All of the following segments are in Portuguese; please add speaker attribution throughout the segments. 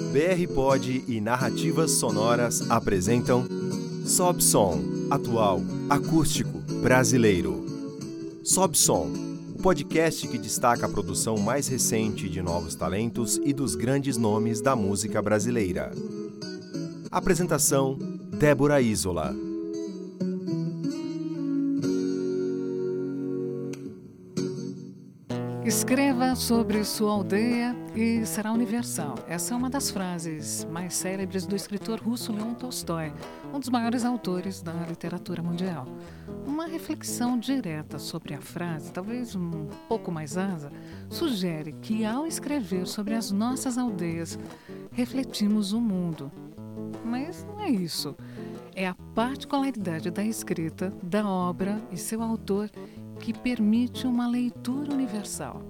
Speaker 1: BR Pod e Narrativas Sonoras apresentam Sob Som, atual, acústico, brasileiro. Sob Som, o podcast que destaca a produção mais recente de novos talentos e dos grandes nomes da música brasileira. Apresentação: Débora Isola.
Speaker 2: Escreva sobre sua aldeia e será universal. Essa é uma das frases mais célebres do escritor russo Leon Tolstói, um dos maiores autores da literatura mundial. Uma reflexão direta sobre a frase, talvez um pouco mais asa, sugere que ao escrever sobre as nossas aldeias, refletimos o mundo. Mas não é isso. É a particularidade da escrita, da obra e seu autor que permite uma leitura universal.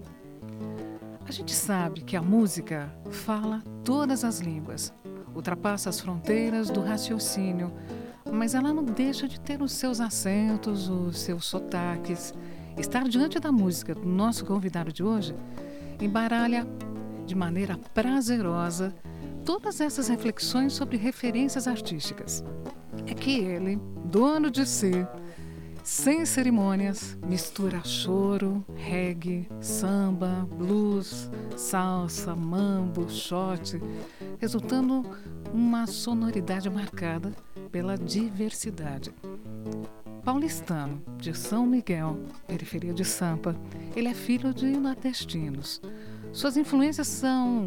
Speaker 2: A gente sabe que a música fala todas as línguas, ultrapassa as fronteiras do raciocínio, mas ela não deixa de ter os seus acentos, os seus sotaques. Estar diante da música do nosso convidado de hoje embaralha de maneira prazerosa todas essas reflexões sobre referências artísticas. É que ele, dono de si, sem cerimônias, mistura choro, reggae, samba, blues, salsa, mambo, shot, resultando uma sonoridade marcada pela diversidade. Paulistano, de São Miguel, periferia de Sampa, ele é filho de nordestinos. Suas influências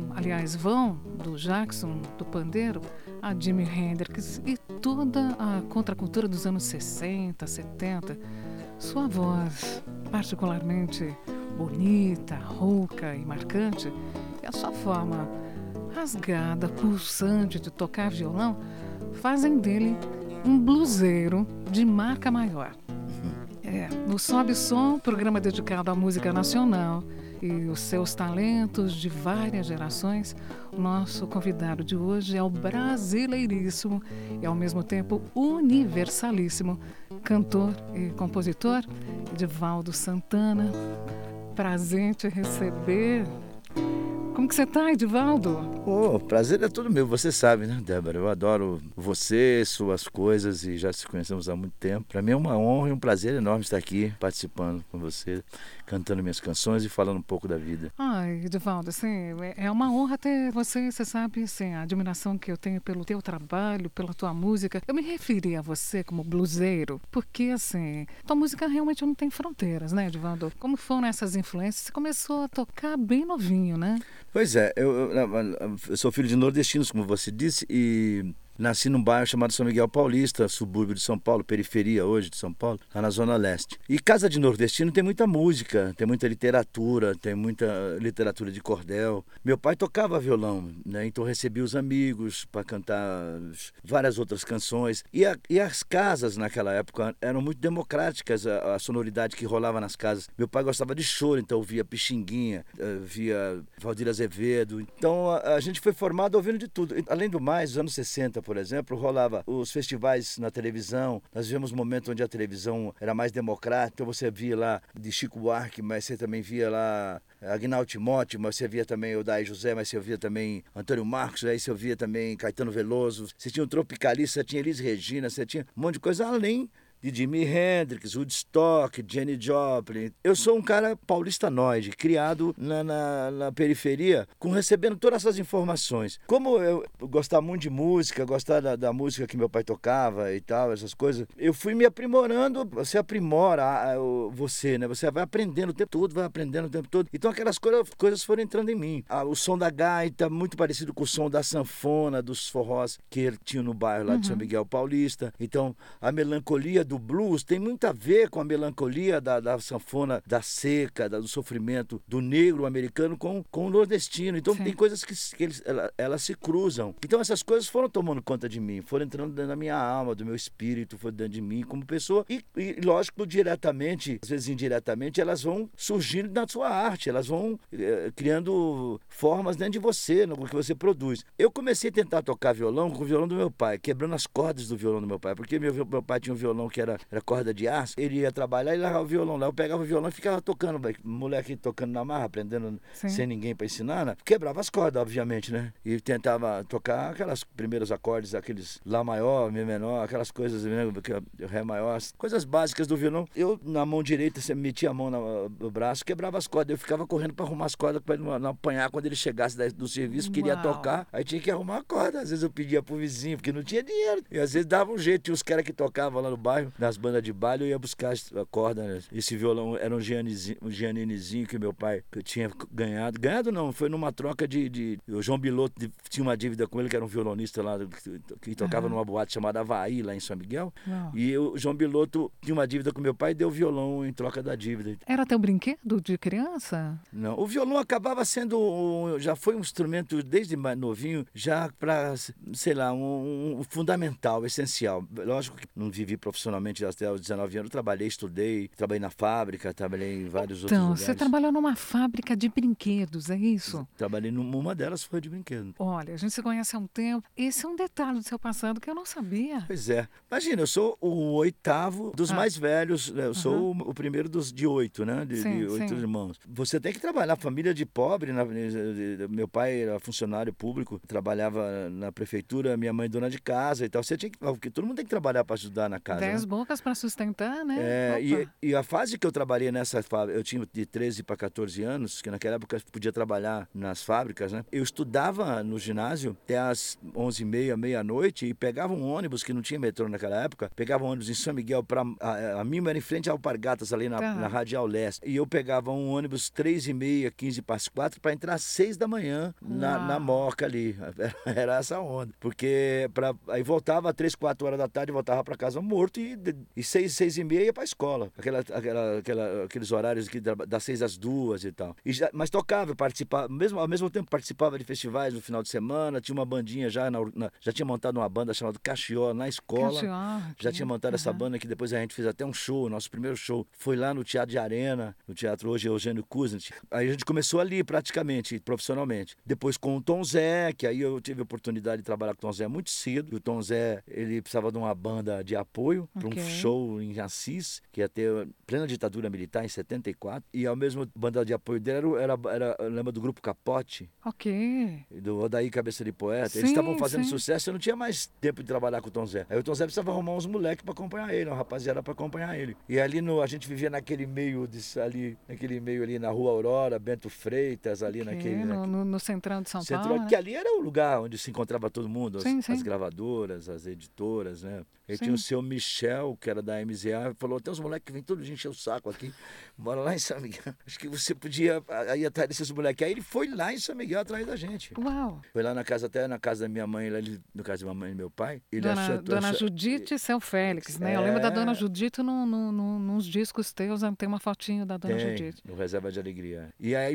Speaker 2: vão do Jackson, do pandeiro, a Jimi Hendrix e toda a contracultura dos anos 60, 70. Sua voz, particularmente bonita, rouca e marcante, e a sua forma rasgada, pulsante de tocar violão, fazem dele um bluseiro de marca maior. No Sob Som, programa dedicado à música nacional e os seus talentos de várias gerações, o nosso convidado de hoje é o brasileiríssimo e, ao mesmo tempo, universalíssimo cantor e compositor Edivaldo Santana. Prazer em te receber. Como que você está, Edivaldo?
Speaker 3: Prazer é todo meu, você sabe, né, Débora? Eu adoro você, suas coisas e já se conhecemos há muito tempo. Para mim é uma honra e um prazer enorme estar aqui participando com você, cantando minhas canções e falando um pouco da vida.
Speaker 2: Ai, Edivaldo, assim, é uma honra ter você sabe, assim, a admiração que eu tenho pelo teu trabalho, pela tua música. Eu me referi a você como bluseiro, porque, assim, tua música realmente não tem fronteiras, né, Edivaldo? Como foram essas influências? Você começou a tocar bem novinho, né?
Speaker 3: Pois é, eu sou filho de nordestinos, como você disse, e nasci num bairro chamado São Miguel Paulista, subúrbio de São Paulo, periferia hoje de São Paulo, lá na Zona Leste. E casa de nordestino tem muita música, tem muita literatura de cordel. Meu pai tocava violão, né? Então recebia os amigos para cantar várias outras canções. E as casas naquela época eram muito democráticas, a sonoridade que rolava nas casas. Meu pai gostava de choro, então via Pixinguinha, via Valdir Azevedo. Então a gente foi formado ouvindo de tudo. Além do mais, nos anos 60, por exemplo, rolava os festivais na televisão. Nós vivemos um momento onde a televisão era mais democrática. Então você via lá de Chico Buarque, mas você também via lá Agnaldo Timóteo, mas você via também o Daí José, mas você via também Antônio Marcos, aí você via também Caetano Veloso. Você tinha o Tropicalista, você tinha Elis Regina, você tinha um monte de coisa além de Jimi Hendrix, Woodstock, Janis Joplin. Eu sou um cara paulistanoide, criado na periferia, recebendo todas essas informações. Como eu gostava muito de música, gostava da música que meu pai tocava e tal, essas coisas, eu fui me aprimorando. Você aprimora você, né? Você vai aprendendo o tempo todo, vai aprendendo o tempo todo. Então aquelas coisas foram entrando em mim. O som da gaita, muito parecido com o som da sanfona, dos forrós que ele tinha no bairro lá de São Miguel Paulista. Então a melancolia do blues tem muito a ver com a melancolia da sanfona, da seca, do sofrimento do negro americano com o nordestino. Então tem coisas que elas se cruzam. Então essas coisas foram tomando conta de mim, foram entrando dentro da minha alma, do meu espírito, foram dentro de mim como pessoa. E lógico, diretamente, às vezes indiretamente, elas vão surgindo na sua arte, elas vão criando formas dentro de você, no que você produz. Eu comecei a tentar tocar violão com o violão do meu pai, quebrando as cordas do violão do meu pai, porque meu pai tinha um violão que era corda de aço, ele ia trabalhar e levava o violão lá. Eu pegava o violão e ficava tocando, moleque tocando na marra, aprendendo sem ninguém para ensinar, né? Quebrava as cordas, obviamente, né? E tentava tocar aquelas primeiros acordes, aqueles Lá maior, Mi menor, aquelas coisas, né? Ré maior, coisas básicas do violão. Eu, na mão direita, você metia a mão no braço, quebrava as cordas. Eu ficava correndo para arrumar as cordas para ele não apanhar quando ele chegasse do serviço, queria tocar, aí tinha que arrumar a corda. Às vezes eu pedia pro vizinho, porque não tinha dinheiro. E às vezes dava um jeito, tinha os caras que tocavam lá no bairro, nas bandas de baile, eu ia buscar a corda, né? Esse violão era um Gianninezinho que meu pai tinha ganhado. Ganhado não, foi numa troca o João Biloto tinha uma dívida com ele, que era um violonista lá, que tocava numa boate chamada Havaí, lá em São Miguel. E o João Biloto tinha uma dívida com meu pai e deu o violão em troca da dívida.
Speaker 2: Era teu brinquedo de criança?
Speaker 3: Não, o violão acabava sendo, já foi um instrumento desde mais novinho, já para, sei lá, um fundamental, essencial. Lógico que não vivi profissionalmente até os 19 anos, trabalhei, estudei, trabalhei na fábrica, trabalhei em vários outros lugares.
Speaker 2: Então, você trabalhou numa fábrica de brinquedos, é isso?
Speaker 3: Trabalhei numa delas, foi de brinquedo.
Speaker 2: Olha, a gente se conhece há um tempo. Esse é um detalhe do seu passado que eu não sabia.
Speaker 3: Pois é. Imagina, eu sou o 8º dos mais velhos, né? Eu sou o primeiro de 8, né? De 8 irmãos. Você tem que trabalhar, família de pobre, meu pai era funcionário público, trabalhava na prefeitura, minha mãe dona de casa e tal. Você tinha que, porque todo mundo tem que trabalhar para ajudar na casa.
Speaker 2: 10 bocas para sustentar, né?
Speaker 3: E a fase que eu trabalhei nessa fábrica, eu tinha de 13 para 14 anos, que naquela época eu podia trabalhar nas fábricas, né? Eu estudava no ginásio até às 11h30, meia-noite, e pegava um ônibus, que não tinha metrô naquela época, pegava um ônibus em São Miguel, a mim era em frente a Alpargatas, ali na Radial Leste. E eu pegava um ônibus 3h30, 15 para as 4, para entrar às 6 da manhã na Moca ali. Era essa onda. Porque aí voltava 3, 4 horas da tarde, voltava para casa morto e 6h30 ia para a escola. Aqueles horários das 6 às 2 e tal. Mas tocava, participava, ao mesmo tempo participava de festivais no final de semana, tinha uma bandinha já tinha montado uma banda chamada Caxió na escola. Já tinha montado essa banda que depois a gente fez até um show, nosso primeiro show foi lá no Teatro de Arena, no teatro hoje Eugênio Kuznets. Aí a gente começou ali praticamente, profissionalmente. Depois com o Tom Zé, que aí eu tive a oportunidade de trabalhar com o Tom Zé muito cedo. E o Tom Zé, ele precisava de uma banda de apoio para um show em Assis, que ia ter plena ditadura militar em 74. E ao mesmo banda de apoio dele lembra do Grupo Capote? Do Odaí Cabeça de Poeta.
Speaker 2: Sim,
Speaker 3: eles estavam fazendo sucesso, eu não tinha mais tempo de trabalhar com o Tom Zé. Aí o Tom Zé precisava arrumar uns moleques para acompanhar ele, uma rapaziada para acompanhar ele. E ali a gente vivia naquele meio ali na Rua Aurora, Bento Freitas, ali
Speaker 2: no centrão de São Paulo, né?
Speaker 3: Que ali era o lugar onde se encontrava todo mundo, as gravadoras, as editoras, né? E tinha o seu Michel, que era da MZA, falou: tem uns moleques que vêm todos encher o saco aqui, bora lá em São Miguel. Acho que você podia ir atrás desses moleques. Aí ele foi lá em São Miguel atrás da gente.
Speaker 2: Uau!
Speaker 3: Foi lá até na casa da minha mãe, no caso da mamãe e meu pai.
Speaker 2: Dona Judite e seu Félix, né? Eu lembro da Dona Judite nos discos teus, tem uma fotinho da Dona Judite.
Speaker 3: No Reserva de Alegria. E aí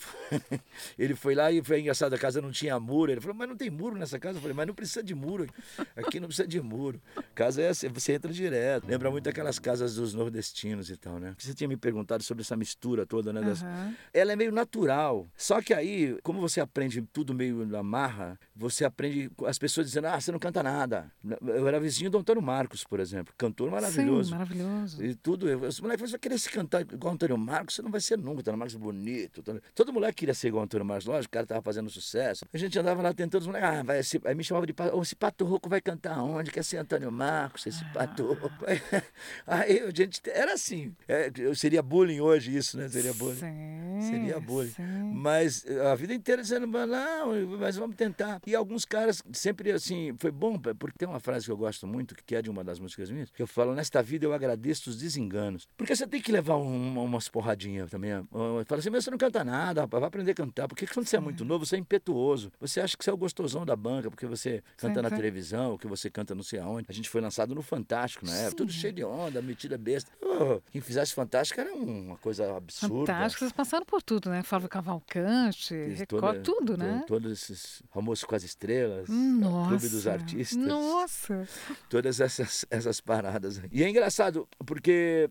Speaker 3: ele foi lá e foi engraçado, a casa não tinha muro. Ele falou: mas não tem muro nessa casa? Eu falei: mas não precisa de muro. Aqui não precisa de muro. Casa é assim, você entra direto. Lembra muito aquelas casas dos nordestinos e tal, né? Você tinha me perguntado sobre essa mistura toda, né? Ela é meio natural. Só que aí, como você aprende tudo meio na marra, você aprende as pessoas dizendo: você não canta nada. Eu era vizinho do Antônio Marcos, por exemplo. Cantor maravilhoso.
Speaker 2: Sim, maravilhoso.
Speaker 3: E tudo. Os moleques vai querer se cantar igual o Antônio Marcos, você não vai ser nunca. O Antônio Marcos é bonito. Todo moleque queria ser igual o Antônio Marcos. Lógico, o cara tava fazendo sucesso. A gente andava lá tentando, os moleques, aí me chamava de esse Pato Rouco vai cantar onde? Quer ser Antônio Marcos, esse Pato Rouco. Aí a gente era assim. Seria bullying hoje isso, né? Seria bullying. Seria bullying. Mas a vida inteira dizendo: não, mas vamos tentar. E alguns caras sempre assim, foi bom, porque tem uma frase que eu gosto muito, que é de uma das músicas minhas, que eu falo: nesta vida eu agradeço os desenganos. Porque você tem que levar umas porradinhas também. Fala assim: mas você não canta nada, rapaz, vai aprender a cantar. Porque quando você é muito novo, você é impetuoso. Você acha que você é o gostosão da banca, porque você canta na televisão, que você canta não sei aonde. A gente foi lançado no Fantástico, né? Tudo cheio de onda, metida besta. Quem fizesse Fantástico era uma coisa absurda.
Speaker 2: Fantástico, vocês passaram por tudo, né? Flávio Cavalcante, Record, tudo, né?
Speaker 3: Todos esses famosos com as Estrelas,
Speaker 2: Nossa.
Speaker 3: Clube dos Artistas.
Speaker 2: Nossa!
Speaker 3: Todas essas paradas. E é engraçado, porque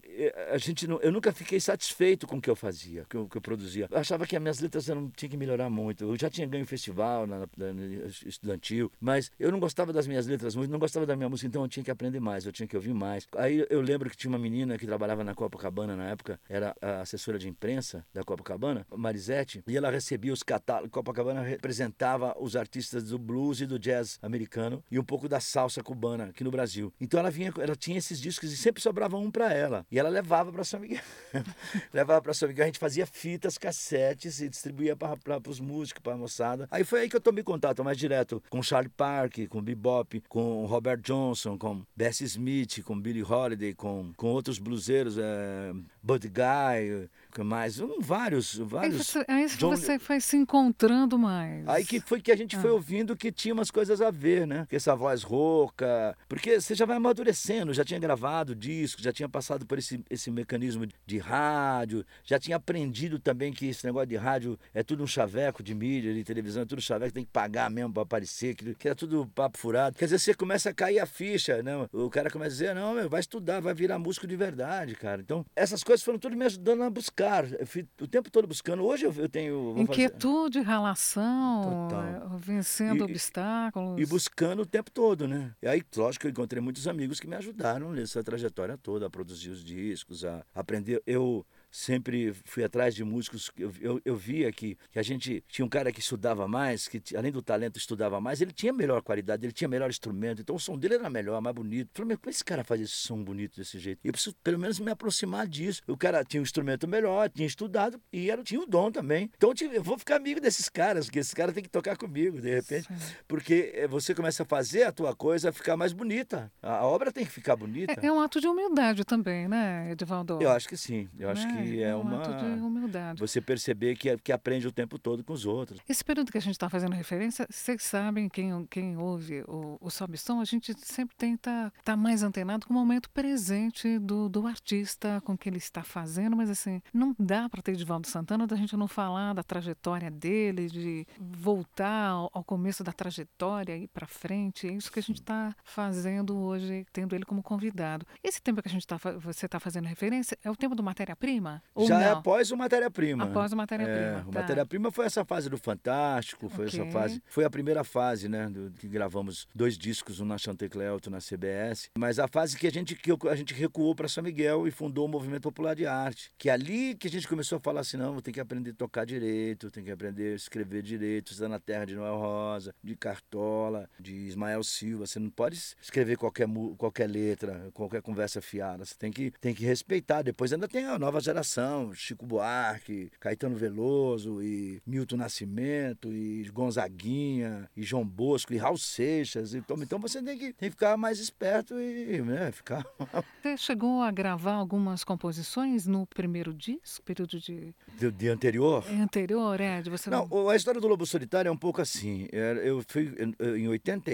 Speaker 3: eu nunca fiquei satisfeito com o que eu fazia, que eu produzia. Eu achava que as minhas letras tinha que melhorar muito. Eu já tinha ganho festival estudantil, mas eu não gostava das minhas letras muito, não gostava da minha música, então eu tinha que aprender mais, eu tinha que ouvir mais. Aí eu lembro que tinha uma menina que trabalhava na Copacabana na época, era a assessora de imprensa da Copacabana, Marisete, e ela recebia os catálogos. Copacabana representava os artistas do blues e do jazz americano e um pouco da salsa cubana aqui no Brasil. Então ela tinha esses discos e sempre sobrava um para ela. E ela levava para São Miguel. Levava para São Miguel, a gente fazia fitas, cassetes e distribuía para os músicos, para a moçada. Aí foi aí que eu tomei contato mais direto com Charlie Parker, com Bebop, com Robert Johnson, com Bessie Smith, com Billie Holiday, com outros bluseiros, Buddy Guy, mais vários.
Speaker 2: Aí você foi se encontrando mais.
Speaker 3: Aí que foi que a gente foi ouvindo que tinha umas coisas a ver, né? Que essa voz rouca, porque você já vai amadurecendo, já tinha gravado discos, já tinha passado por esse mecanismo de rádio, já tinha aprendido também que esse negócio de rádio é tudo um chaveco de mídia, de televisão, é tudo chaveco, tem que pagar mesmo para aparecer, que é tudo papo furado. Quer dizer, você começa a cair a ficha, né? O cara começa a dizer, não, vai estudar, vai virar músico de verdade, cara. Então, essas coisas foram tudo me ajudando a buscar. Eu fui o tempo todo buscando. Hoje eu tenho...
Speaker 2: Inquietude, relação,
Speaker 3: Total.
Speaker 2: Vencendo obstáculos.
Speaker 3: E buscando o tempo todo, né? E aí, lógico que eu encontrei muitos amigos que me ajudaram nessa trajetória toda, a produzir os discos, a aprender. Eu sempre fui atrás de músicos, eu via que a gente tinha um cara que estudava mais, que além do talento estudava mais, ele tinha melhor qualidade, ele tinha melhor instrumento, então o som dele era melhor, mais bonito. Eu falei, mas como esse cara faz esse som bonito desse jeito? Eu preciso pelo menos me aproximar disso. O cara tinha um instrumento melhor, tinha estudado e tinha o dom também. Então eu vou ficar amigo desses caras, porque esses caras têm que tocar comigo, de repente, porque você começa a fazer a tua coisa ficar mais bonita. A obra tem que ficar bonita.
Speaker 2: É um ato de humildade também, né, Edivaldo?
Speaker 3: Eu acho que sim, eu acho que é
Speaker 2: um ato de humildade.
Speaker 3: Você perceber que aprende o tempo todo com os outros.
Speaker 2: Esse período que a gente está fazendo referência, vocês sabem, quem ouve o Sobe Som, a gente sempre tenta estar mais antenado com o momento presente do artista, com o que ele está fazendo, mas assim, não dá para ter Edivaldo Santana da gente não falar da trajetória dele, de voltar ao começo da trajetória, ir para frente. É isso que a gente está fazendo hoje, tendo ele como convidado. Esse tempo que você está fazendo referência é o tempo do Matéria-Prima?
Speaker 3: Já é após o Matéria-Prima.
Speaker 2: Após o Matéria-Prima.
Speaker 3: O Matéria-Prima foi essa fase do Fantástico, foi essa fase. Foi a primeira fase, né? Que gravamos 2 discos, um na Chantecler, outro na CBS. Mas a fase que a gente recuou para São Miguel e fundou o Movimento Popular de Arte. Que é ali que a gente começou a falar assim: não, tem que aprender a tocar direito, tem que aprender a escrever direito, está na terra de Noel Rosa, de Cartola, de Ismael Silva. Você não pode escrever qualquer letra, qualquer conversa fiada. Você tem que respeitar. Depois ainda tem a nova geração. Chico Buarque, Caetano Veloso, e Milton Nascimento, e Gonzaguinha, e João Bosco, e Raul Seixas. Então você tem que ficar mais esperto e ficar...
Speaker 2: Você chegou a gravar algumas composições no primeiro disco, período de
Speaker 3: anterior?
Speaker 2: Anterior, de você
Speaker 3: não... A história do Lobo Solitário é um pouco assim. Eu fui em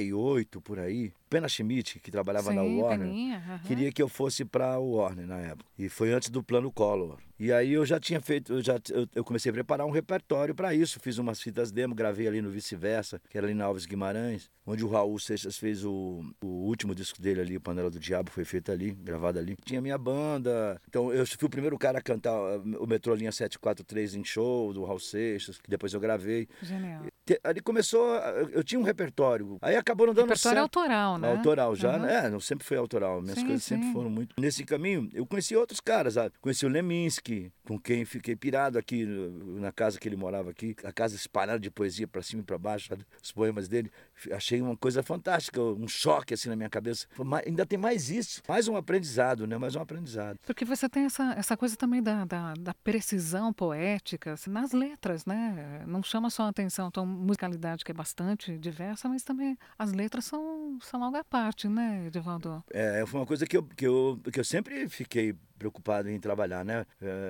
Speaker 3: 88, por aí, Pena Schmidt, que trabalhava na Warner, queria que eu fosse para a Warner na época. E foi antes do Plano Collor. E aí eu já tinha feito, eu comecei a preparar um repertório para isso. Fiz umas fitas demo, gravei ali no Vice-Versa, que era ali na Alves Guimarães, onde o Raul Seixas fez o último disco dele ali, Panela do Diabo, foi feito ali, gravado ali. Tinha minha banda, então eu fui o primeiro cara a cantar o Metrô Linha 743 em show, do Raul Seixas, que depois eu gravei.
Speaker 2: Genial.
Speaker 3: Ali começou, eu tinha um repertório, aí acabou não dando certo.
Speaker 2: Repertório autoral, né?
Speaker 3: Autoral, já, não sempre foi autoral, minhas coisas sempre foram muito... Nesse caminho, eu conheci outros caras, conheci o Leminski, com quem fiquei pirado aqui na casa que ele morava aqui, a casa espalhada de poesia para cima e para baixo, os poemas dele, achei uma coisa fantástica, um choque assim na minha cabeça. Ainda tem mais isso, mais um aprendizado, né? Mais um aprendizado.
Speaker 2: Porque você tem essa coisa também da precisão poética assim, nas letras, né? Não chama só a atenção, então musicalidade que é bastante diversa, mas também as letras são algo à parte, né, Edivaldo?
Speaker 3: Foi uma coisa que eu sempre fiquei preocupado em trabalhar, né?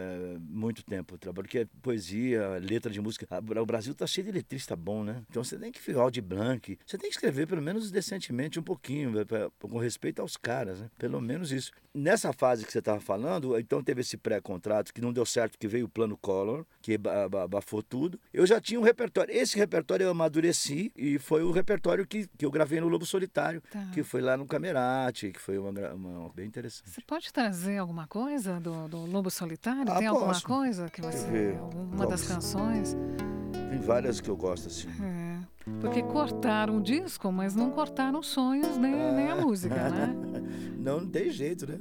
Speaker 3: Muito tempo. Porque poesia, letra de música... O Brasil tá cheio de letrista bom, né? Então você tem que ver Aldir Blanc, você tem que escrever pelo menos decentemente um pouquinho, com respeito aos caras, né? Pelo menos isso. Nessa fase que você estava falando, então teve esse pré-contrato que não deu certo, que veio o plano Collor, que abafou tudo. Eu já tinha um repertório. Esse repertório eu amadureci e foi o repertório que eu gravei no Lobo Solitário, que foi lá no Camerati, que foi uma bem interessante.
Speaker 2: Você pode trazer alguma coisa do Lobo Solitário? Tem
Speaker 3: Posso.
Speaker 2: alguma coisa que você... Uma das canções?
Speaker 3: Tem várias que eu gosto, assim.
Speaker 2: Porque cortaram o disco, mas não cortaram os sonhos nem a música, né?
Speaker 3: Não tem jeito, né?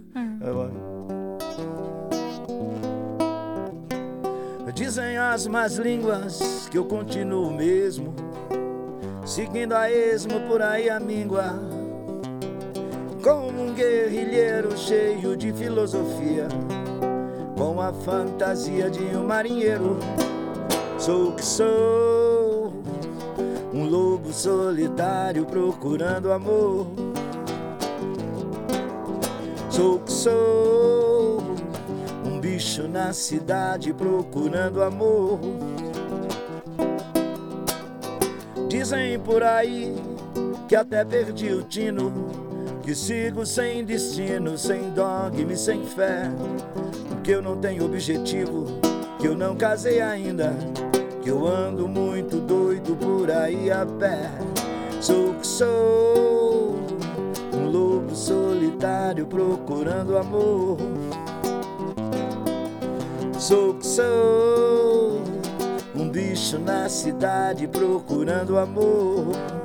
Speaker 3: Dizem as más línguas que eu continuo mesmo, seguindo a esmo por aí a míngua, como um guerrilheiro cheio de filosofia, com a fantasia de um marinheiro. Sou o que sou, um lobo solitário procurando amor. Sou o que sou, um bicho na cidade procurando amor. Dizem por aí que até perdi o tino, que sigo sem destino, sem dogma e sem fé, que eu não tenho objetivo, que eu não casei ainda, que eu ando muito doido por aí a pé. Sou o que sou, um lobo solitário procurando amor. Sou o que sou, um bicho na cidade procurando amor.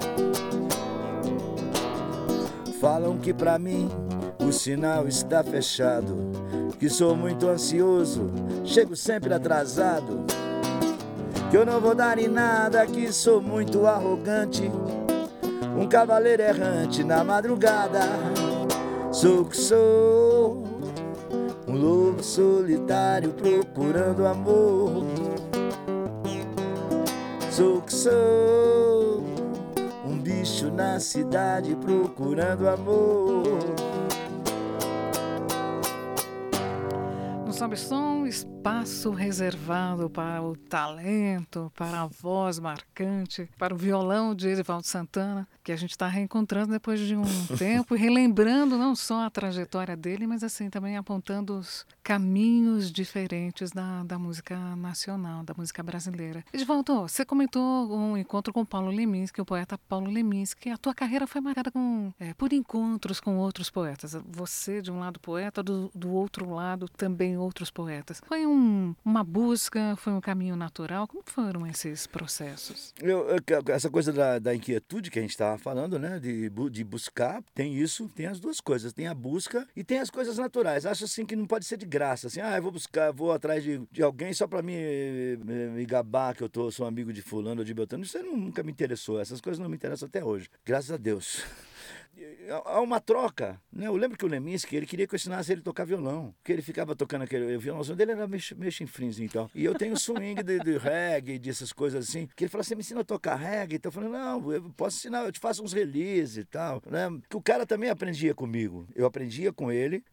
Speaker 3: Falam que pra mim o sinal está fechado, que sou muito ansioso, chego sempre atrasado, que eu não vou dar em nada, que sou muito arrogante, um cavaleiro errante na madrugada. Sou o que sou, um lobo solitário procurando amor. Sou o que sou, um bicho na cidade procurando amor.
Speaker 2: No Sobe Som, espaço reservado para o talento, para a voz marcante, para o violão de Edivaldo Santana, que a gente está reencontrando depois de um tempo e relembrando não só a trajetória dele, mas assim também apontando os caminhos diferentes da música nacional, da música brasileira. Edivaldo, você comentou um encontro com Paulo Leminski, o poeta Paulo Leminski. A tua carreira foi marcada por encontros com outros poetas. Você, de um lado, poeta, do outro lado, também outros poetas. Foi uma busca, foi um caminho natural? Como foram esses processos?
Speaker 3: Essa coisa da inquietude que a gente estava falando, né? De buscar, tem isso, tem as duas coisas. Tem a busca e tem as coisas naturais. Acho assim que não pode ser de graça. Assim, eu vou buscar, vou atrás de alguém só para me gabar que eu sou amigo de fulano ou de Beltrano. Isso nunca me interessou. Essas coisas não me interessam até hoje. Graças a Deus. Há uma troca, né? Eu lembro que o Leminski, ele queria que eu ensinasse ele a tocar violão, porque ele ficava tocando aquele violãozinho dele, era meio chinfrinzinho, então. E eu tenho swing de reggae, dessas coisas assim, que ele falou assim, me ensina a tocar reggae, então eu falei, não, eu posso ensinar, eu te faço uns releases e tal, né? Que o cara também aprendia comigo, eu aprendia com ele,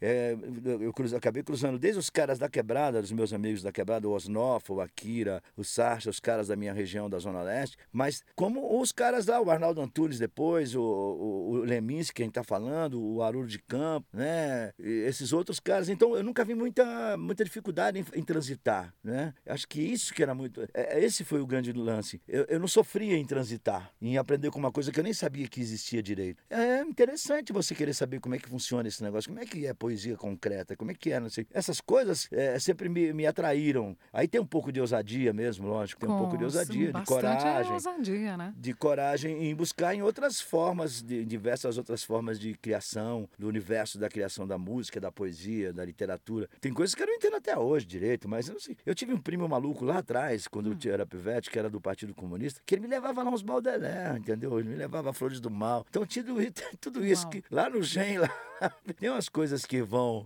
Speaker 3: acabei cruzando desde os caras da quebrada, dos meus amigos da quebrada, o Osnoff, o Akira, o Sacha, os caras da minha região da Zona Leste, mas como os caras lá, o Arnaldo Antunes depois, o Leminski, que a gente tá falando, o Haroldo de Campos, né? Esses outros caras. Então, eu nunca vi muita dificuldade em transitar, né? Acho que isso que era muito... Esse foi o grande lance. Eu não sofria em transitar, em aprender com uma coisa que eu nem sabia que existia direito. É interessante você querer saber como é que funciona esse negócio, como é que é poesia concreta, como é que é, não sei. Essas coisas sempre me atraíram. Aí tem um pouco de ousadia mesmo, lógico. Tem um pouco de ousadia, de coragem.
Speaker 2: Ousadia, né?
Speaker 3: De coragem em buscar em outras formas, diversas outras formas de criação, do universo da criação da música, da poesia, da literatura. Tem coisas que eu não entendo até hoje direito, mas eu não sei. Eu tive um primo maluco lá atrás, quando eu era pivete, que era do Partido Comunista, que ele me levava lá uns Baudelaire, entendeu? Ele me levava Flores do Mal. Então, tudo isso que lá no Gen, lá Tem umas coisas que vão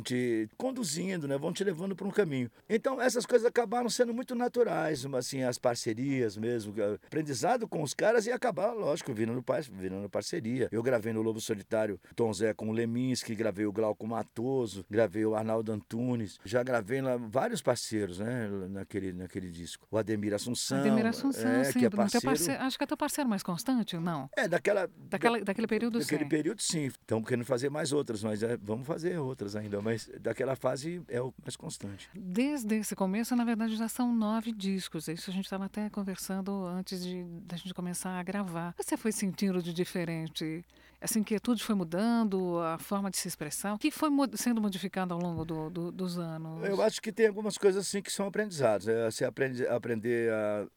Speaker 3: te conduzindo, né? Vão te levando para um caminho. Então, essas coisas acabaram sendo muito naturais, assim, as parcerias mesmo, aprendizado com os caras e acabar, lógico, virando parceria. Eu gravei no Lobo Solitário Tom Zé com o Leminski, gravei o Glauco Matoso, gravei o Arnaldo Antunes, já gravei lá vários parceiros, né, naquele disco. O Ademir Assunção,
Speaker 2: sim,
Speaker 3: que é parceiro.
Speaker 2: acho que é teu parceiro mais constante, não? Daquele período,
Speaker 3: daquele
Speaker 2: sim.
Speaker 3: período, sim. Estamos querendo fazer mais outras, mas vamos fazer outras ainda, mas daquela fase é o mais constante.
Speaker 2: Desde esse começo, na verdade, já são 9 discos. Isso a gente estava até conversando antes da gente começar a gravar. Você foi sentindo de diferente? Essa inquietude foi mudando, a forma de se expressar? O que foi sendo modificado ao longo dos anos?
Speaker 3: Eu acho que tem algumas coisas assim que são aprendizados. Você aprender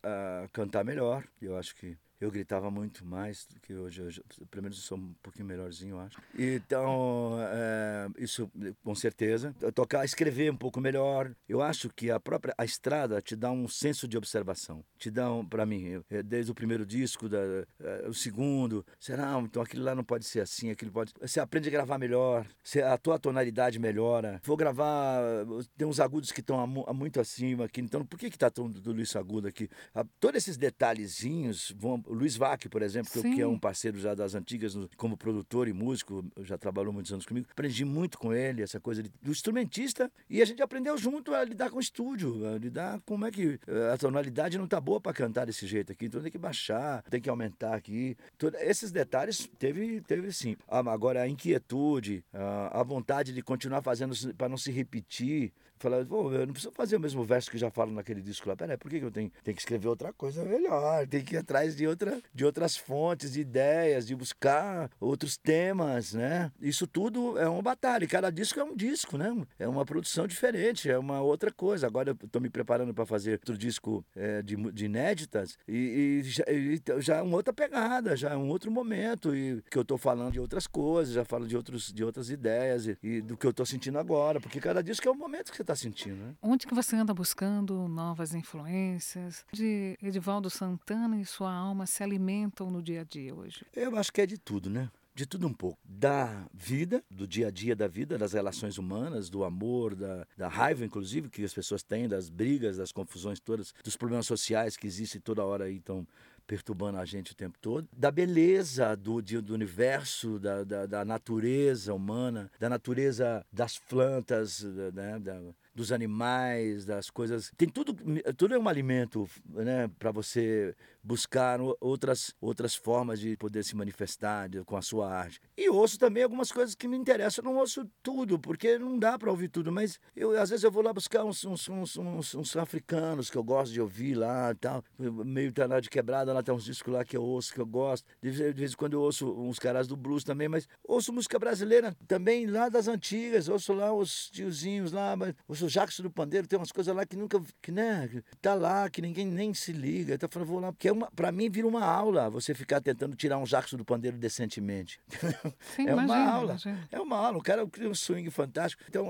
Speaker 3: a cantar melhor. Eu acho que eu gritava muito mais do que hoje. Pelo menos eu sou um pouquinho melhorzinho, eu acho. Então, isso com certeza. Escrever um pouco melhor. Eu acho que a estrada te dá um senso de observação. Te dá, para mim, desde o primeiro disco, o segundo, será, então aquilo lá não pode ser assim, aquilo pode... Você aprende a gravar melhor, a tua tonalidade melhora. Vou gravar, tem uns agudos que estão muito acima aqui, então por que está tudo isso agudo aqui? Todos esses detalhezinhos vão... O Luiz Vac, por exemplo, que é um parceiro já das antigas, como produtor e músico, já trabalhou muitos anos comigo. Aprendi muito com ele, essa coisa do instrumentista, e a gente aprendeu junto a lidar com o estúdio, a lidar com como é que a tonalidade não tá boa para cantar desse jeito aqui, então tem que baixar, tem que aumentar aqui. Esses detalhes teve sim. Agora, a inquietude, a vontade de continuar fazendo para não se repetir, falar, eu não preciso fazer o mesmo verso que já falo naquele disco lá, peraí, por que eu tenho que escrever outra coisa melhor, tem que ir atrás de outras fontes, de ideias, de buscar outros temas, né? Isso tudo é uma batalha, e cada disco é um disco, né? É uma produção diferente, é uma outra coisa. Agora eu estou me preparando para fazer outro disco de inéditas e já é uma outra pegada, já é um outro momento, e que eu estou falando de outras coisas, já falo de outras ideias e do que eu estou sentindo agora, porque cada disco é o momento que você está sentindo, né?
Speaker 2: Onde que você anda buscando novas influências? De Edivaldo Santana e sua alma se alimentam no dia a dia hoje?
Speaker 3: Eu acho que é de tudo, né? De tudo um pouco. Da vida, do dia a dia da vida, das relações humanas, do amor, da raiva, inclusive, que as pessoas têm, das brigas, das confusões todas, dos problemas sociais que existem toda hora aí, estão perturbando a gente o tempo todo. Da beleza do universo, da natureza humana, da natureza das plantas, né? Dos animais, das coisas. Tem tudo é um alimento, né, para você buscar outras formas de poder se manifestar com a sua arte. E ouço também algumas coisas que me interessam. Eu não ouço tudo, porque não dá para ouvir tudo, mas às vezes eu vou lá buscar uns africanos que eu gosto de ouvir lá e tal. Meio tá de quebrada, lá tem uns discos lá que eu ouço, que eu gosto. De vez em quando eu ouço uns caras do blues também, mas ouço música brasileira também lá das antigas, ouço lá os tiozinhos lá, ouço o Jackson do Pandeiro, tem umas coisas lá que nunca, né, tá lá, que ninguém nem se liga. Então eu falo, vou lá, porque pra mim vira uma aula você ficar tentando tirar um Jackson do Pandeiro decentemente.
Speaker 2: Sim,
Speaker 3: é uma aula.
Speaker 2: Imagina.
Speaker 3: É uma aula, o cara cria um swing fantástico. Então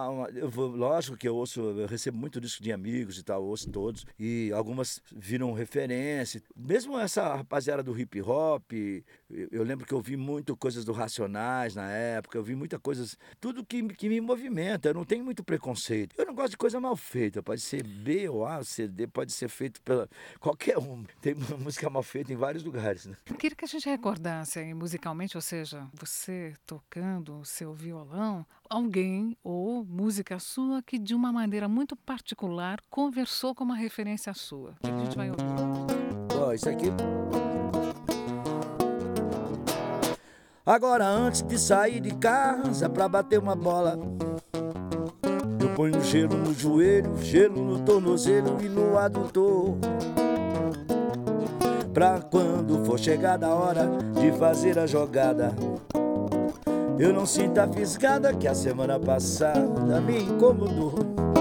Speaker 3: lógico que eu recebo muito disco de amigos e tal, ouço todos, e algumas viram referência. Mesmo essa rapaziada do hip hop, eu lembro que eu vi muito coisas do Racionais na época, eu vi muita coisas, tudo que me movimenta, eu não tenho muito preconceito. Eu não gosto de coisa mal feita, pode ser B ou A, CD, pode ser feito pela qualquer um. Tem uma música mal feita em vários lugares, né?
Speaker 2: Eu queria que a gente recordasse aí musicalmente, ou seja, você tocando o seu violão, alguém ou música sua que de uma maneira muito particular conversou com uma referência sua. O que a gente vai ouvir?
Speaker 3: Isso aqui. Agora antes de sair de casa pra bater uma bola, eu ponho gelo no joelho, gelo no tornozelo e no adutor, pra quando for chegada a hora de fazer a jogada, eu não sinto a fisgada que a semana passada me incomodou.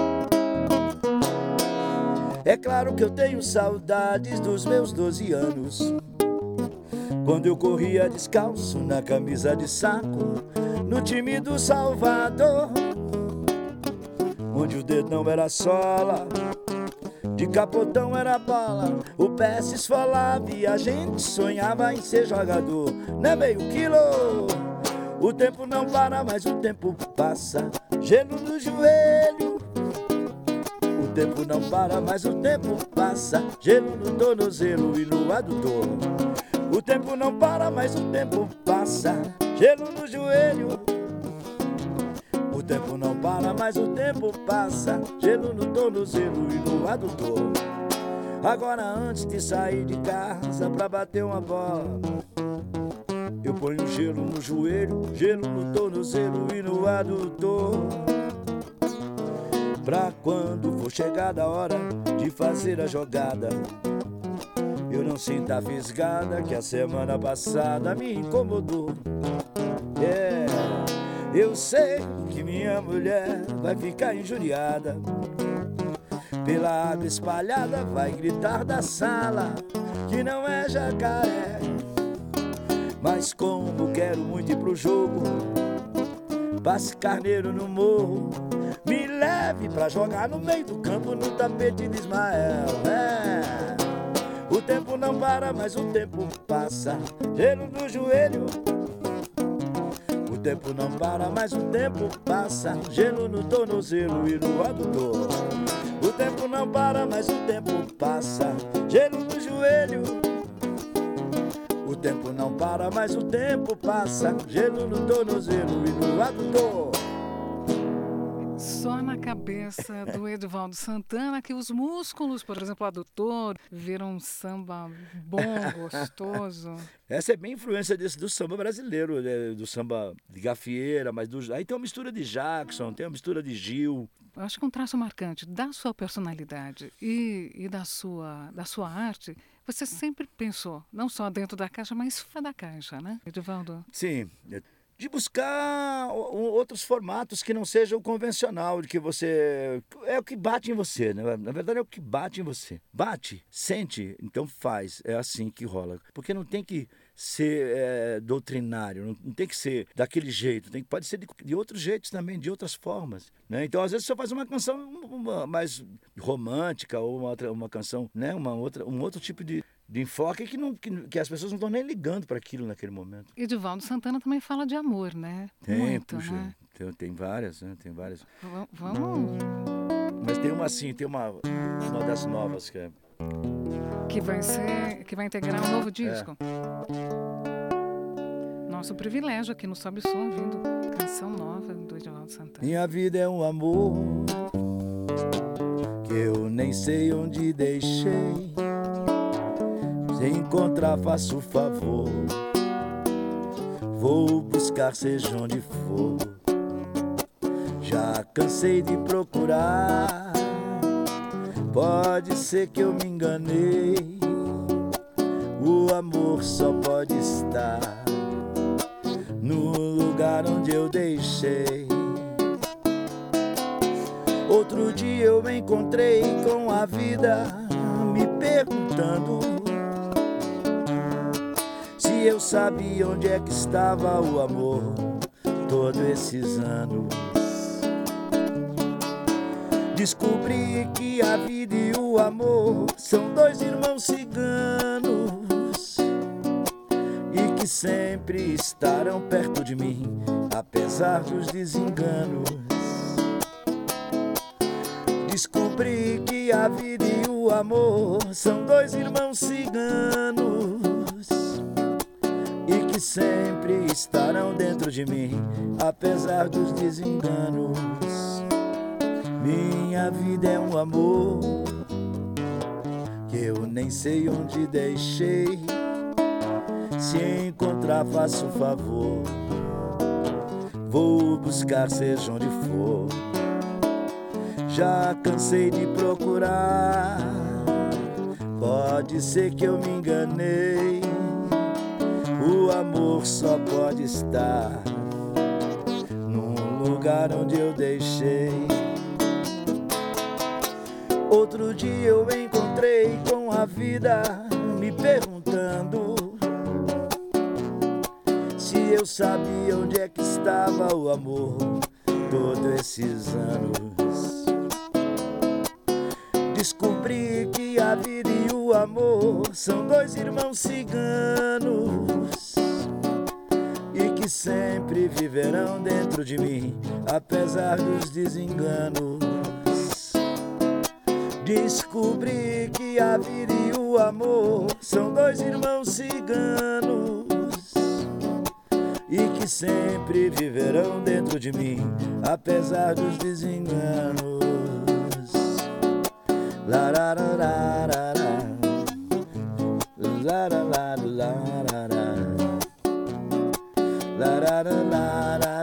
Speaker 3: É claro que eu tenho saudades dos meus 12 anos, quando eu corria descalço na camisa de saco, no time do Salvador, onde o dedão era sola, de capotão era bola, o pé se esfolava e a gente sonhava em ser jogador, né, meio quilo? O tempo não para, mas o tempo passa. Gelo no joelho. O tempo não para, mas o tempo passa. Gelo no tornozelo e no adutor. O tempo não para, mas o tempo passa. Gelo no joelho. O tempo não para, mas o tempo passa. Gelo no tornozelo e no adutor. Agora antes de sair de casa pra bater uma bola, eu ponho gelo no joelho, gelo no tornozelo e no adutor. Pra quando for chegada a hora de fazer a jogada, eu não sinto a fisgada que a semana passada me incomodou. Eu sei que minha mulher vai ficar injuriada, pela água espalhada vai gritar da sala que não é jacaré. Mas como quero muito ir pro jogo, passe carneiro no morro, me leve pra jogar no meio do campo no tapete de Ismael. O tempo não para, mas o tempo passa. Gelo no joelho. O tempo não para, mas o tempo passa. Gelo no tornozelo e no adutor. O tempo não para, mas o tempo passa. Gelo no joelho. O tempo não para, mas o tempo passa. Gelo no tornozelo e no adutor.
Speaker 2: Só na cabeça do Edivaldo Santana que os músculos, por exemplo, o adutor, viram um samba bom, gostoso.
Speaker 3: Essa é bem influência do samba brasileiro, né? Do samba de gafieira, mas aí tem uma mistura de Jackson, tem uma mistura de Gil.
Speaker 2: Eu acho que um traço marcante da sua personalidade e da sua arte, você sempre pensou, não só dentro da caixa, mas fora da caixa, né, Edivaldo?
Speaker 3: Sim, de buscar outros formatos que não sejam o convencional, de que você... É o que bate em você, né? Na verdade é o que bate em você. Bate, sente, então faz. É assim que rola. Porque não tem que ser doutrinário, não tem que ser daquele jeito, pode ser de outros jeitos também, de outras formas, né? Então às vezes você faz uma canção mais romântica ou uma canção, né? Um outro tipo de enfoque que as pessoas não estão nem ligando para aquilo naquele momento.
Speaker 2: Edivaldo Santana também fala de amor, né? Muito,
Speaker 3: puxa,
Speaker 2: né?
Speaker 3: Tem várias, né? Tem várias.
Speaker 2: Vamos...
Speaker 3: Mas tem uma assim, tem uma das novas que é...
Speaker 2: Que vai integrar um novo disco. Nosso privilégio aqui no Sobe Som, ouvindo canção nova do Edivaldo Santana.
Speaker 3: Minha vida é um amor que eu nem sei onde deixei. Se encontrar, faço favor, vou buscar seja onde for. Já cansei de procurar, pode ser que eu me enganei. O amor só pode estar no lugar onde eu deixei. Outro dia eu me encontrei com a vida me perguntando se eu sabia onde é que estava o amor todos esses anos. Descobri que a vida e o amor são dois irmãos ciganos e que sempre estarão perto de mim, apesar dos desenganos. Descobri que a vida e o amor são dois irmãos ciganos e que sempre estarão dentro de mim, apesar dos desenganos. Minha vida é um amor que eu nem sei onde deixei. Se encontrar, faço favor, vou buscar seja onde for. Já cansei de procurar, pode ser que eu me enganei. O amor só pode estar num lugar onde eu deixei. Outro dia eu encontrei com a vida me perguntando se eu sabia onde é que estava o amor todos esses anos. Descobri que a vida e o amor são dois irmãos ciganos e que que sempre viverão dentro de mim, apesar dos desenganos. Descobri que a vida e o amor são dois irmãos ciganos e que sempre viverão dentro de mim, apesar dos desenganos. La la la la la la la la la la la la la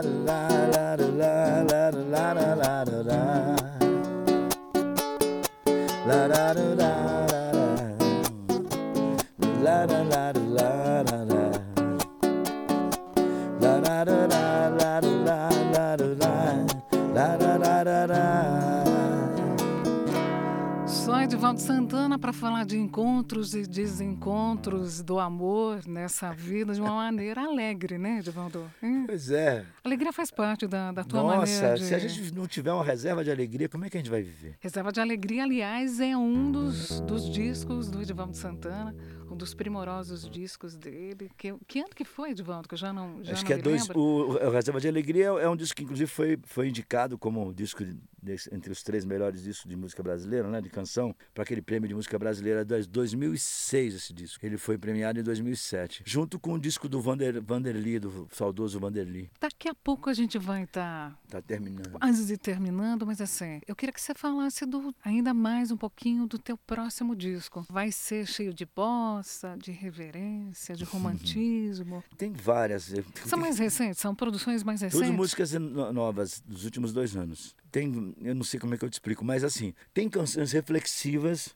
Speaker 2: Só Edivaldo Santana para falar de encontros e desencontros do amor nessa vida de uma maneira alegre, né, Edivaldo?
Speaker 3: Pois é.
Speaker 2: Alegria faz parte da tua maneira
Speaker 3: Nossa,
Speaker 2: de...
Speaker 3: se a gente não tiver uma reserva de alegria, como é que a gente vai viver?
Speaker 2: Reserva de Alegria, aliás, é um dos discos do Edivaldo Santana, um dos primorosos discos dele. Que ano que foi, Edivaldo? Que eu já não
Speaker 3: Acho que é o Reserva de Alegria é um disco que, inclusive, foi indicado como um disco entre os 3 melhores discos de música brasileira, né, de canção, para aquele prêmio de música brasileira de 2006, esse disco. Ele foi premiado em 2007, junto com o disco do Vanderly, do saudoso Vanderly.
Speaker 2: Daqui a pouco a gente vai estar...
Speaker 3: Tá terminando.
Speaker 2: Quase terminando, mas assim, eu queria que você falasse ainda mais um pouquinho do teu próximo disco. Vai ser cheio de bossa, de reverência, de romantismo?
Speaker 3: Tem várias.
Speaker 2: São mais recentes? São produções mais recentes?
Speaker 3: Todas músicas novas dos últimos 2 anos. Eu não sei como é que eu te explico, mas assim, tem canções reflexivas.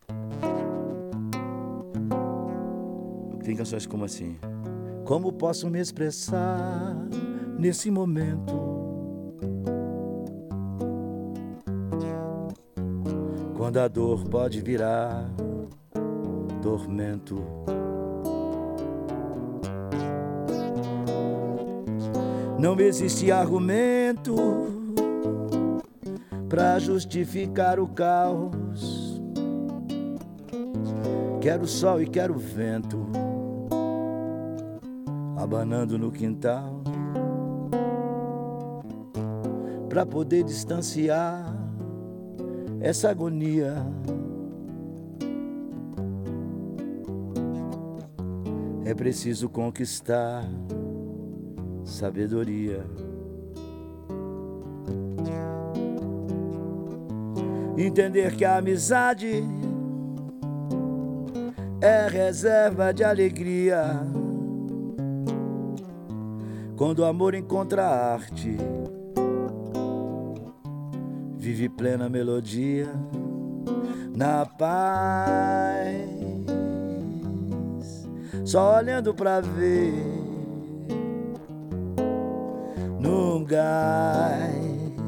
Speaker 3: Tem canções como assim: como posso me expressar nesse momento? Quando a dor pode virar tormento. Não existe argumento pra justificar o caos. Quero sol e quero vento abanando no quintal, pra poder distanciar essa agonia. É preciso conquistar sabedoria. Entender que a amizade é reserva de alegria. Quando o amor encontra a arte, vive plena melodia na paz, só olhando pra ver num gás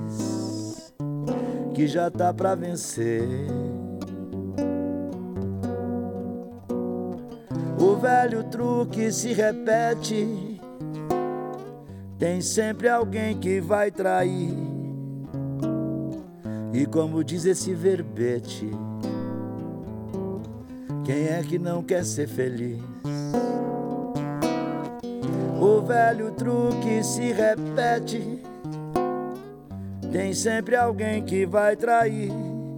Speaker 3: que já tá pra vencer. O velho truque se repete, tem sempre alguém que vai trair. E como diz esse verbete, quem é que não quer ser feliz? O velho truque se repete, tem sempre alguém que vai trair.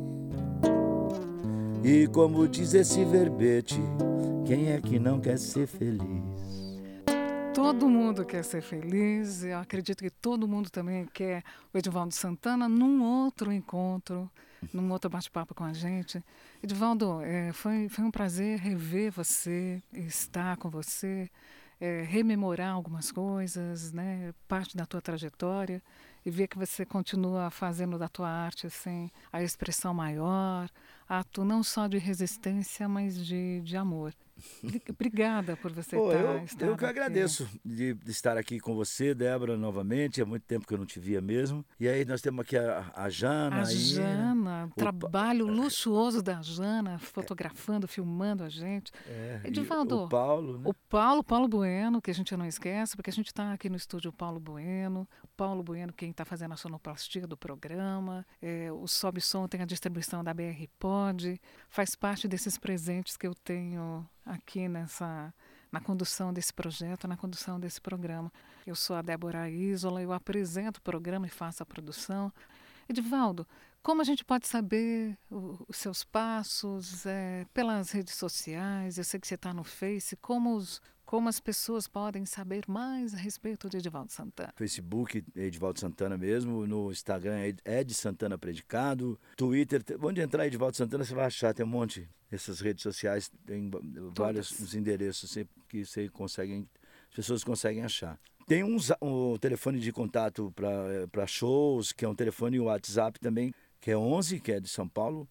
Speaker 3: E como diz esse verbete, quem é que não quer ser feliz?
Speaker 2: Todo mundo quer ser feliz. Eu acredito que todo mundo também quer o Edivaldo Santana num outro encontro, num outro bate-papo com a gente. Edivaldo, foi um prazer rever você, estar com você, rememorar algumas coisas, né, parte da tua trajetória, e ver que você continua fazendo da tua arte assim, a expressão maior, ato não só de resistência, mas de amor. Obrigada por você estar
Speaker 3: Eu que
Speaker 2: aqui.
Speaker 3: agradeço de estar aqui com você, Débora, novamente. Há muito tempo que eu não te via mesmo. E aí nós temos aqui a Jana.
Speaker 2: A Jana, trabalho luxuoso da Jana, fotografando, filmando a gente. Edivaldo,
Speaker 3: o Paulo, né?
Speaker 2: O Paulo Bueno, que a gente não esquece, porque a gente está aqui no estúdio Paulo Bueno. O Paulo Bueno, quem está fazendo a sonoplastia do programa. O Sobe Som tem a distribuição da BR Pod. Faz parte desses presentes que eu tenho aqui na condução desse projeto, na condução desse programa. Eu sou a Débora Isola, eu apresento o programa e faço a produção. Edivaldo, como a gente pode saber os seus passos pelas redes sociais? Eu sei que você está no Face. Como as pessoas podem saber mais a respeito de Edivaldo Santana?
Speaker 3: Facebook é Edivaldo Santana mesmo, no Instagram é Ed Santana Predicado, Twitter, onde entrar Edivaldo Santana você vai achar, tem um monte. Essas redes sociais tem vários os endereços que as pessoas conseguem achar. Tem um telefone de contato para shows, que é um telefone WhatsApp também, que é 11, que é de São Paulo,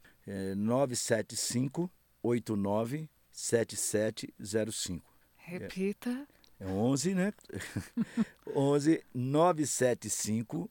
Speaker 3: 975-89-7705.
Speaker 2: Repita.
Speaker 3: É 11, né? 11 975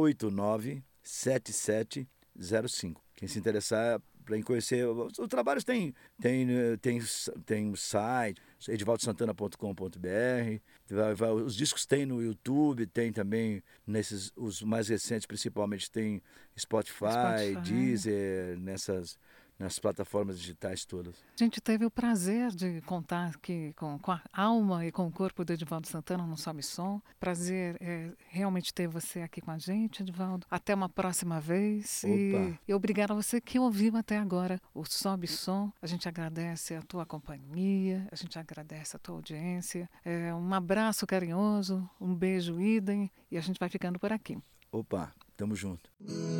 Speaker 3: 897705. Quem se interessar para conhecer os trabalhos tem um site, edivaldosantana.com.br. Os discos tem no YouTube, tem também os mais recentes, principalmente tem Spotify. Deezer, nas plataformas digitais todas.
Speaker 2: A gente teve o prazer de contar aqui com a alma e com o corpo do Edivaldo Santana no Sobe Som. Prazer realmente ter você aqui com a gente, Edivaldo. Até uma próxima vez. E obrigado a você que ouviu até agora o Sobe Som. A gente agradece a tua companhia, a gente agradece a tua audiência. Um abraço carinhoso, um beijo idem e a gente vai ficando por aqui.
Speaker 3: Opa, tamo junto.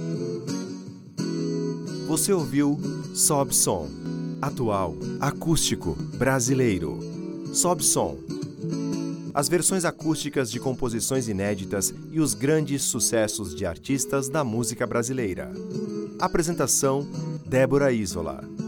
Speaker 1: Você ouviu Sobe Som, atual, acústico, brasileiro. Sobe Som. As versões acústicas de composições inéditas e os grandes sucessos de artistas da música brasileira. Apresentação: Débora Isola.